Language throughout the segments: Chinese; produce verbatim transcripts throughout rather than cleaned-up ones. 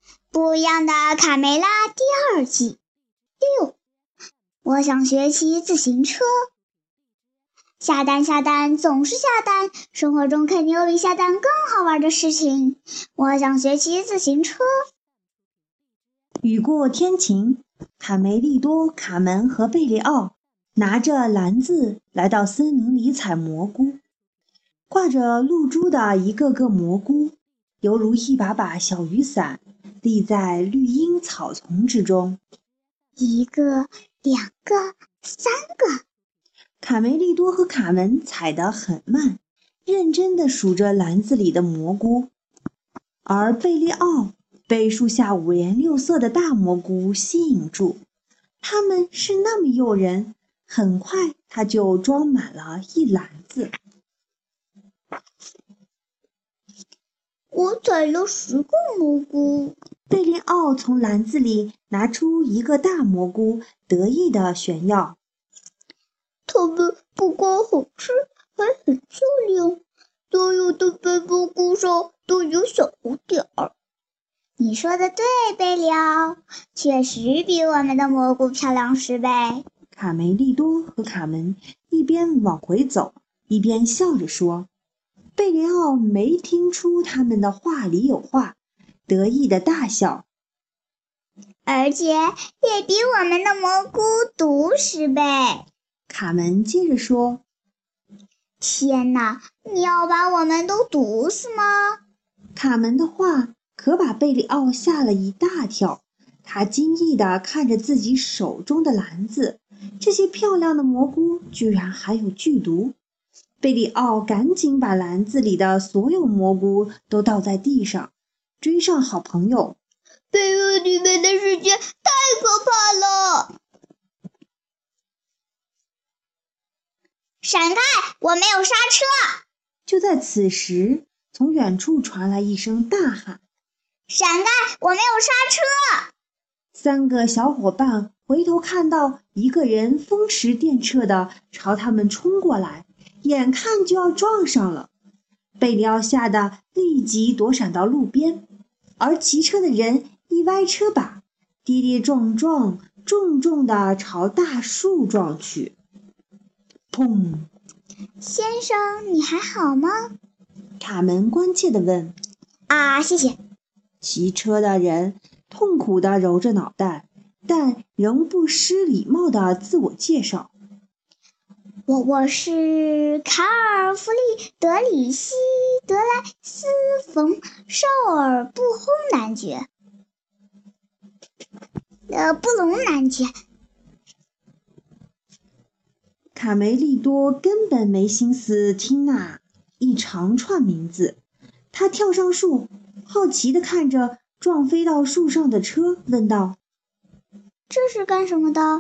不一样的卡梅拉第二季六，我想学骑自行车。下蛋下蛋总是下蛋，生活中肯定有比下蛋更好玩的事情。我想学骑自行车。 雨过天晴，卡梅利多、卡门和贝利奥拿着篮子来到森林里采蘑菇。挂着露珠的一个个蘑菇，犹如一把把小雨伞，立在绿荫草丛之中。 一个，两个，三个。 卡梅利多和卡门采得很慢，认真地数着篮子里的蘑菇，而贝利奥被树下五颜六色的大蘑菇吸引住，它们是那么诱人，很快他就装满了一篮子。 我采了十个蘑菇。 贝利奥从篮子里拿出一个大蘑菇，得意地炫耀。 它们不光好吃，还很漂亮。所有的白蘑菇上都有小红点儿。你说的对，贝利奥，确实比我们的蘑菇漂亮十倍。 卡梅利多和卡门一边往回走，一边笑着说。贝利奥没听出他们的话里有话，得意的大笑。 而且也比我们的蘑菇毒十倍。 卡门接着说。 天哪，你要把我们都毒死吗？ 卡门的话可把贝利奥吓了一大跳，他惊异地看着自己手中的篮子，这些漂亮的蘑菇居然含有剧毒。贝利奥赶紧把篮子里的所有蘑菇都倒在地上，追上好朋友。 贝壳里面的世界太可怕了！闪开！我没有刹车！ 就在此时，从远处传来一声大喊： 闪开！我没有刹车！ 三个小伙伴回头看到一个人风驰电掣地朝他们冲过来，眼看就要撞上了。贝利奥吓得立即躲闪到路边，而骑车的人一歪车把，跌跌撞撞，重重地朝大树撞去。砰！ 先生，你还好吗？ 卡门关切地问。 啊，谢谢。 骑车的人痛苦地揉着脑袋，但仍不失礼貌地自我介绍。 我我是卡尔弗利德里希德莱斯冯绍尔布轰男爵，呃，布隆男爵。 卡梅利多根本没心思听那一长串名字，他跳上树，好奇地看着撞飞到树上的车，问道： 这是干什么的？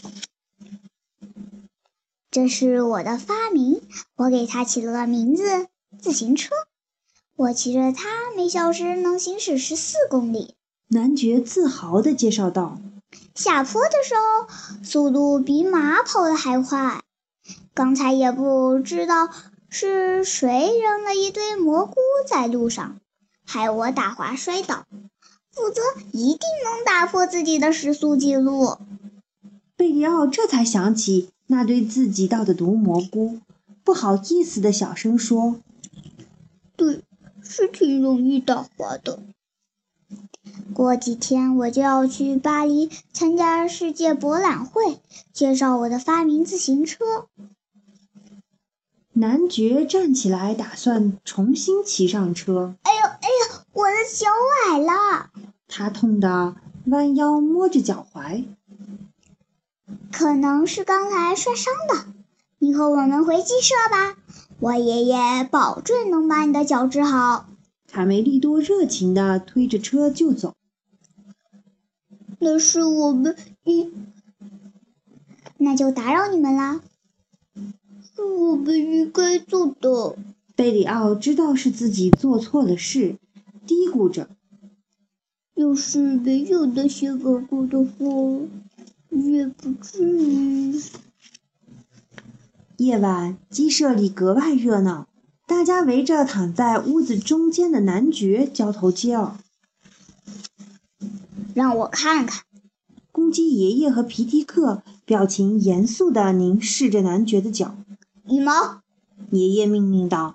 这是我的发明，我给它起了个名字——自行车。我骑着它，每小时能行驶十四公里。 男爵自豪地介绍道。 下坡的时候，速度比马跑得还快。刚才也不知道是谁扔了一堆蘑菇在路上，害我打滑摔倒，否则一定能打破自己的时速记录。 贝利奥这才想起那堆自己倒的毒蘑菇，不好意思地小声说： 对，是挺容易打滑的。过几天我就要去巴黎参加世界博览会，介绍我的发明自行车。 男爵站起来，打算重新骑上车。 哎呦哎呦，我的脚崴了！ 他痛得弯腰摸着脚踝。 可能是刚才摔伤的。你和我们回鸡舍吧，我爷爷保准能把你的脚治好。 卡梅利多热情地推着车就走。 那是我们应，那就打扰你们啦。是我们应该做的。 贝里奥知道是自己做错了事，嘀咕着： 要是没有那些蘑菇的话，也不至于。 夜晚，鸡舍里格外热闹，大家围着躺在屋子中间的男爵交头接耳。 让我看看。 公鸡爷爷和皮迪克表情严肃地凝视着男爵的脚。 羽毛， 爷爷命令道。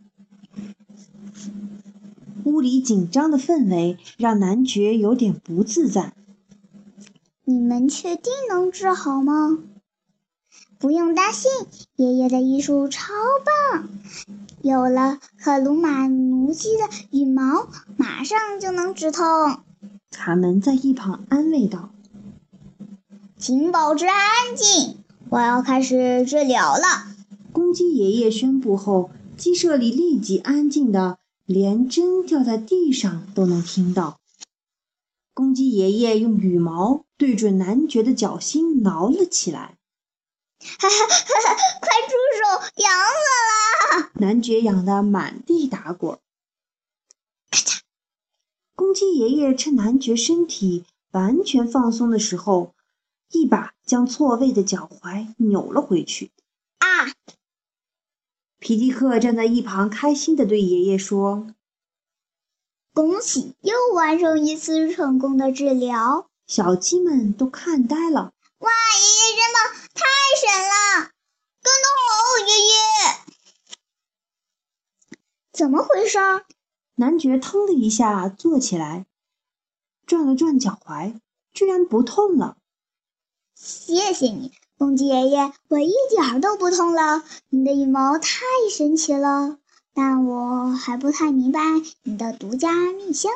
屋里紧张的氛围让男爵有点不自在。 你们确定能治好吗？不用担心，爷爷的医术超棒，有了克鲁马奴鸡的羽毛，马上就能止痛。 卡门在一旁安慰道。 请保持安静，我要开始治疗了。 公鸡爷爷宣布后，鸡舍里立即安静的连针掉在地上都能听到。公鸡爷爷用羽毛对准男爵的脚心挠了起来。 哈哈哈哈！快住手，痒死了！ 男爵痒得满地打滚。 咔嚓！ 公鸡爷爷趁男爵身体完全放松的时候，一把将错位的脚踝扭了回去。 啊！ 皮迪克站在一旁开心地对爷爷说： 恭喜，又完成一次成功的治疗。 小鸡们都看呆了。 哇，爷爷真棒，太神了！跟得好，爷爷。怎么回事？ 男爵腾的一下坐起来，转了转脚踝，居然不痛了。 谢谢你，公鸡爷爷，我一点都不痛了。你的羽毛太神奇了，但我还不太明白你的独家秘香。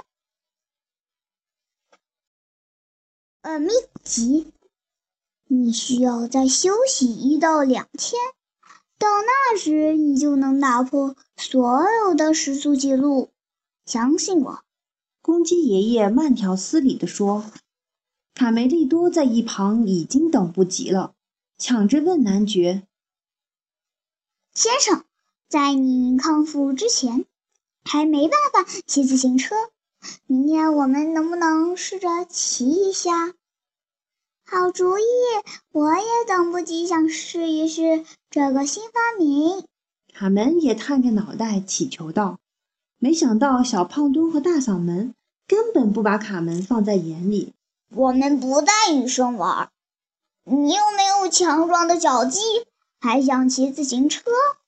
呃，秘籍，你需要再休息一到两天，到那时你就能打破所有的时速记录。相信我。 公鸡爷爷慢条斯理地说。卡梅利多在一旁已经等不及了，抢着问男爵： 先生，在你康复之前，还没办法骑自行车，明天我们能不能试着骑一下？好主意，我也等不及想试一试这个新发明。 卡门也探着脑袋祈求道。没想到小胖墩和大嗓门根本不把卡门放在眼里。 我们不带女生玩，你又没有强壮的脚肌，还想骑自行车？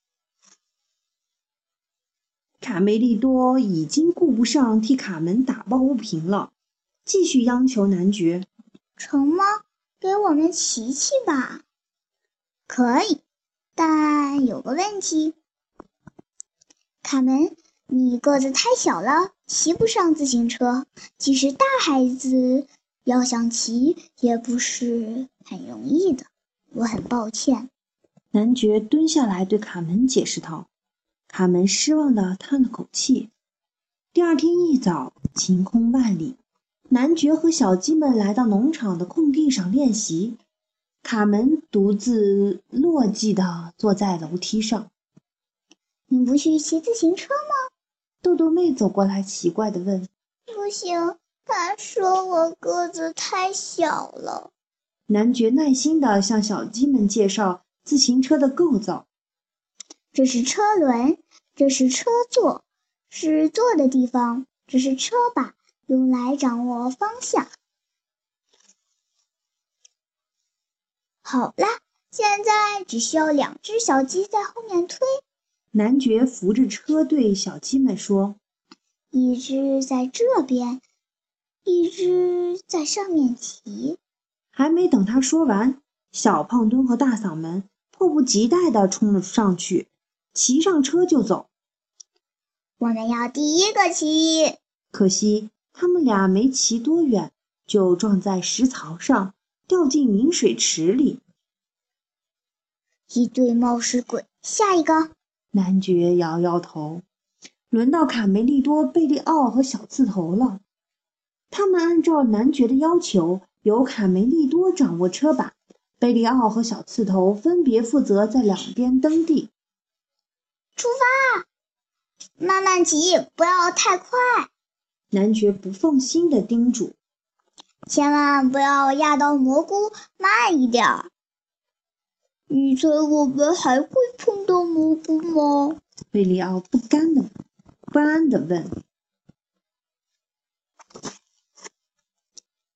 卡梅利多已经顾不上替卡门打抱不平了，继续央求男爵： 成吗？给我们骑骑吧。可以，但有个问题。卡门，你个子太小了，骑不上自行车，即使大孩子要想骑也不是很容易的，我很抱歉。 男爵蹲下来对卡门解释道。卡门失望地叹了口气。第二天一早，晴空万里，男爵和小鸡们来到农场的空地上练习。卡门独自落寂地坐在楼梯上。 你不去骑自行车吗？ 豆豆妹走过来奇怪地问。 不行，他说我个子太小了。 男爵耐心地向小鸡们介绍自行车的构造。 这是车轮，这是车座，是坐的地方，这是车把，用来掌握方向。好啦，现在只需要两只小鸡在后面推。 男爵扶着车对小鸡们说： 一只在这边，一只在上面骑。 还没等他说完，小胖墩和大嗓门迫不及待地冲了上去，骑上车就走。 我们要第一个骑。 可惜他们俩没骑多远，就撞在石槽上，掉进饮水池里。 一对冒失鬼，下一个。 男爵摇摇头。轮到卡梅利多、贝利奥和小刺头了。他们按照男爵的要求，由卡梅利多掌握车把，贝利奥和小刺头分别负责在两边蹬地。 出发！慢慢骑，不要太快。 男爵不放心地叮嘱。 千万不要压到蘑菇，慢一点儿。你猜我们还会碰到蘑菇吗？ 贝利奥不甘的不安地问。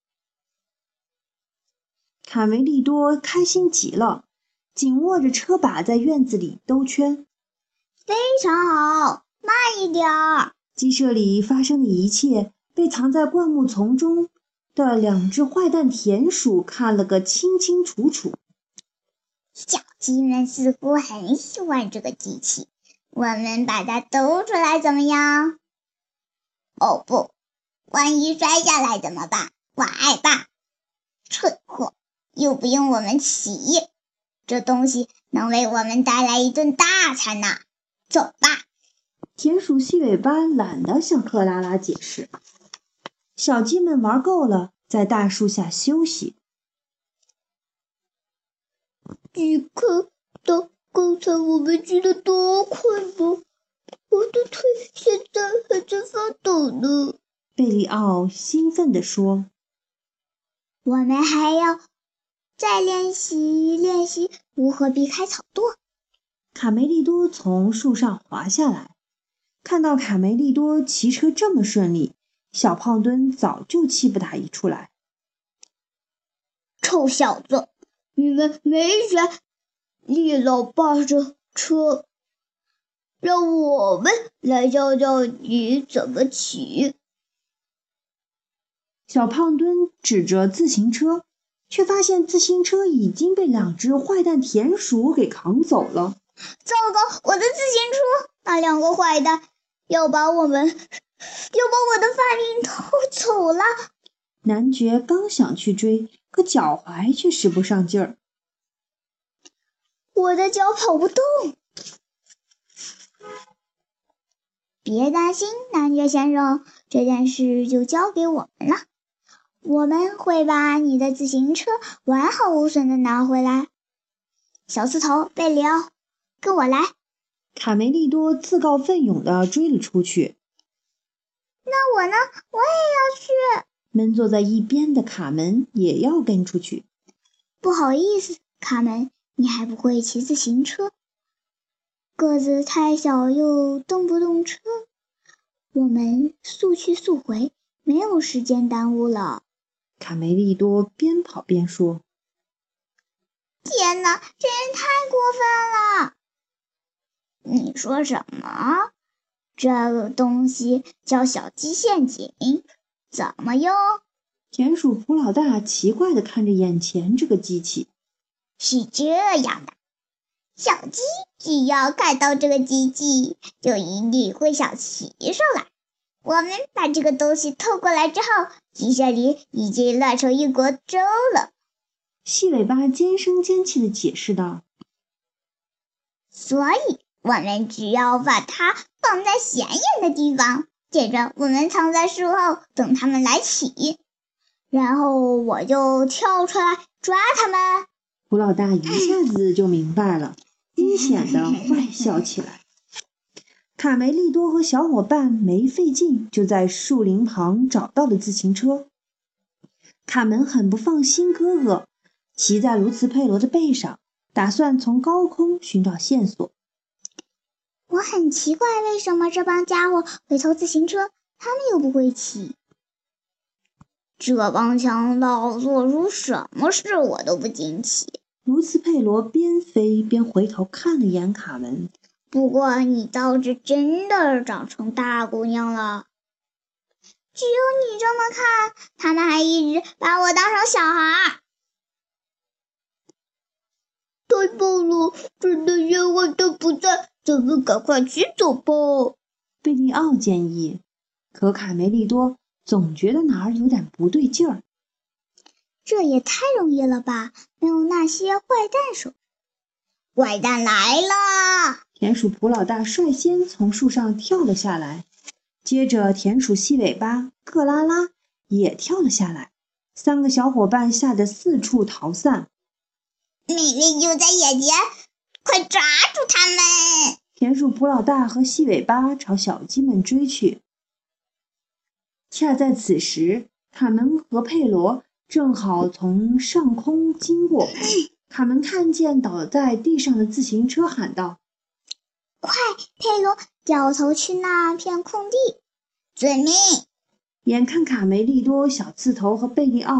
卡梅利多开心极了，紧握着车把在院子里兜圈。 非常好，慢一点儿。 鸡舍里发生的一切被藏在灌木丛中的两只坏蛋田鼠看了个清清楚楚。 小鸡们似乎很喜欢这个机器，我们把它兜出来怎么样？哦不，万一摔下来怎么办？我害怕。蠢货，又不用我们骑，这东西能为我们带来一顿大餐呢。走吧。 田鼠细尾巴懒得向克拉拉解释。小鸡们玩够了，在大树下休息。 你看到刚才我们骑得多快吗？我的腿现在还在发抖呢。 贝利奥兴奋地说。 我们还要再练习练习如何避开草垛。 卡梅利多从树上滑下来，看到卡梅利多骑车这么顺利，小胖墩早就气不打一处来。 臭小子，你们没人力老爸这车，让我们来教教你怎么骑。 小胖墩指着自行车，却发现自行车已经被两只坏蛋田鼠给扛走了。 糟糕，我的自行车！那两个坏蛋要把我们，要把我的发明偷走了。 男爵刚想去追，可脚踝却使不上劲儿。 我的脚跑不动。别担心，男爵先生，这件事就交给我们了。我们会把你的自行车完好无损的拿回来。小刺头，贝里奥，跟我来。 卡梅利多自告奋勇地追了出去。 那我呢？我也要去。 闷坐在一边的卡门也要跟出去。 不好意思，卡门，你还不会骑自行车，个子太小又动不动车。我们速去速回，没有时间耽误了。 卡梅利多边跑边说。 天哪，这人太过分了！你说什么？这个东西叫小鸡陷阱，怎么用？ 田鼠普老大奇怪地看着眼前这个机器。 是这样的，小鸡只要看到这个机器，就一定会想骑上来。我们把这个东西偷过来之后，鸡舍里已经乱成一锅粥了。 细尾巴尖声尖气地解释道。 所以我们只要把它放在显眼的地方，接着我们藏在树后等他们来骑，然后我就跳出来抓他们。 胡老大一下子就明白了，阴险地坏笑起来。卡梅利多和小伙伴没费劲就在树林旁找到了自行车。卡门很不放心哥哥，骑在卢茨佩罗的背上，打算从高空寻找线索。 我很奇怪，为什么这帮家伙会偷自行车，他们又不会骑。这帮强盗做出什么事我都不惊奇。 卢茨佩罗边飞边回头看了眼卡门。 不过你倒是真的长成大姑娘了。只有你这么看，他们还一直把我当成小孩。太棒了，真的冤枉都不在，咱们赶快去走吧。 贝利奥建议，可卡梅利多总觉得哪儿有点不对劲儿。 这也太容易了吧，没有那些坏蛋手。坏蛋来了！ 田鼠普老大率先从树上跳了下来，接着田鼠细尾巴克拉拉也跳了下来，三个小伙伴吓得四处逃散。 美丽就在眼前，快抓住他们！ 田鼠普老大和细尾巴朝小鸡们追去。恰在此时，卡门和佩罗正好从上空经过。卡门看见倒在地上的自行车，喊道： 快，佩罗，掉头去那片空地！遵命！ 眼看卡梅利多、小刺头和贝利奥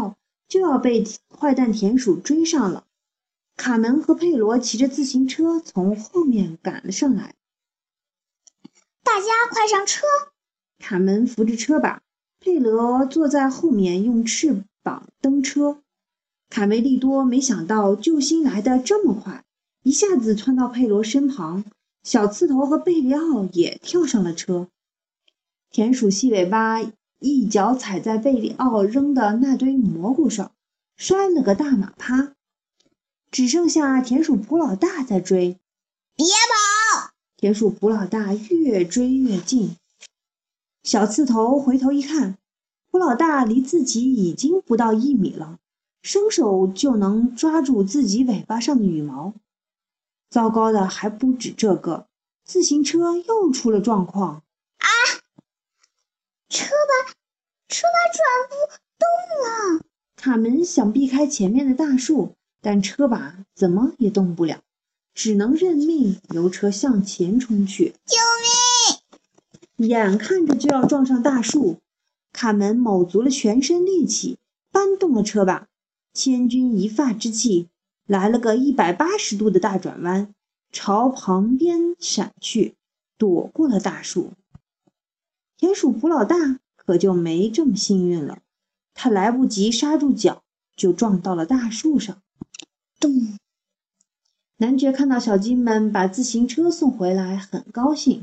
就要被坏蛋田鼠追上了。卡门和佩罗骑着自行车从后面赶了上来。 大家快上车！ 卡门扶着车把，佩罗坐在后面用翅膀蹬车。卡梅利多没想到救星来得这么快，一下子窜到佩罗身旁。小刺头和贝利奥也跳上了车。田鼠细尾巴一脚踩在贝利奥扔的那堆蘑菇上，摔了个大马趴。只剩下田鼠普老大在追。 别跑！ 田鼠普老大越追越近。小刺头回头一看，普老大离自己已经不到一米了，伸手就能抓住自己尾巴上的羽毛。糟糕的还不止这个，自行车又出了状况。 啊！车把车把转不动了。 卡门想避开前面的大树，但车把怎么也动不了，只能认命由车向前冲去。 救命！ 眼看着就要撞上大树，卡门卯足了全身力气，搬动了车把，千钧一发之际，来了个一百八十度的大转弯，朝旁边闪去，躲过了大树。田鼠普老大可就没这么幸运了，他来不及刹住脚，就撞到了大树上。 咚！ 男爵看到小鸡们把自行车送回来，很高兴。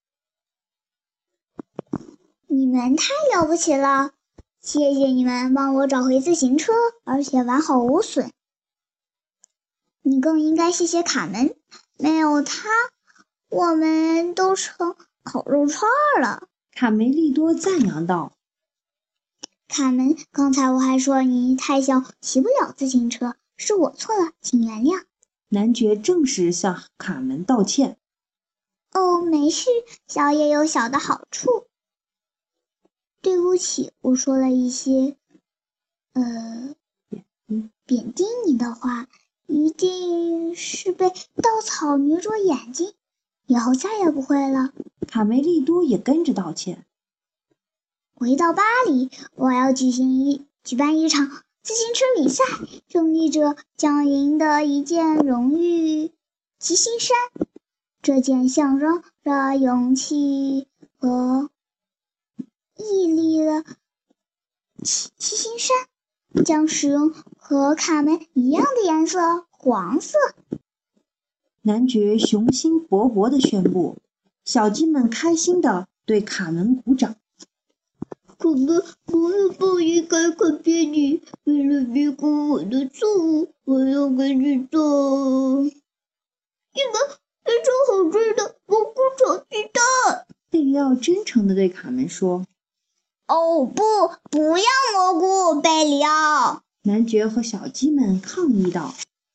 你们太了不起了，谢谢你们帮我找回自行车，而且完好无损。你更应该谢谢卡门，没有他，我们都成烤肉串了。 卡梅利多赞扬道。 卡门，刚才我还说你太小，骑不了自行车，是我错了，请原谅。 男爵正式向卡门道歉。 哦，没事，小也有小的好处。对不起，我说了一些呃贬低你的话，一定是被稻草迷住眼睛，以后再也不会了。 卡梅利多也跟着道歉。 回到巴黎，我要举行一举办一场自行车比赛，胜利者将赢得一件荣誉骑行衫。这件象征着勇气和毅力的骑骑行衫将使用和卡门一样的颜色，黄色。 男爵雄心勃勃地宣布，小鸡们开心地对卡门鼓掌。 可门，我也不应该看扁你，为了弥补我的错误，我要给你做一个非常好吃的蘑菇炒鸡蛋。 贝利奥真诚地对卡门说。 哦不，不要蘑菇，贝里奥！ 男爵和小鸡们抗议道。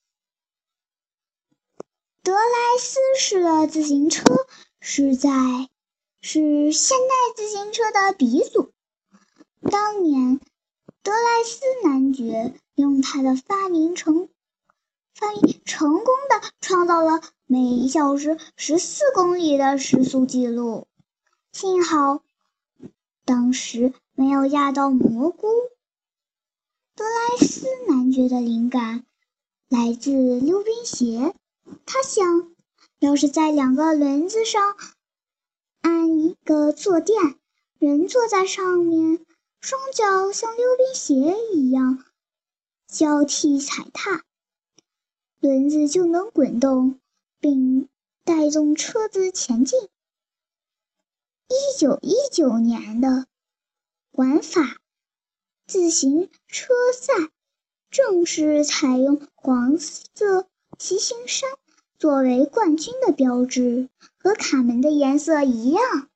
德莱斯式的自行车是在是现代自行车的鼻祖。当年，德莱斯男爵用他的发明成发明成功的创造了每小时十四公里的时速记录。幸好当时没有压到蘑菇。德莱斯男爵的灵感来自溜冰鞋，他想，要是在两个轮子上安一个坐垫，人坐在上面，双脚像溜冰鞋一样交替踩踏，轮子就能滚动并带动车子前进。一九一九年的环法自行车赛正式采用黄色骑行衫作为冠军的标志，和卡门的颜色一样。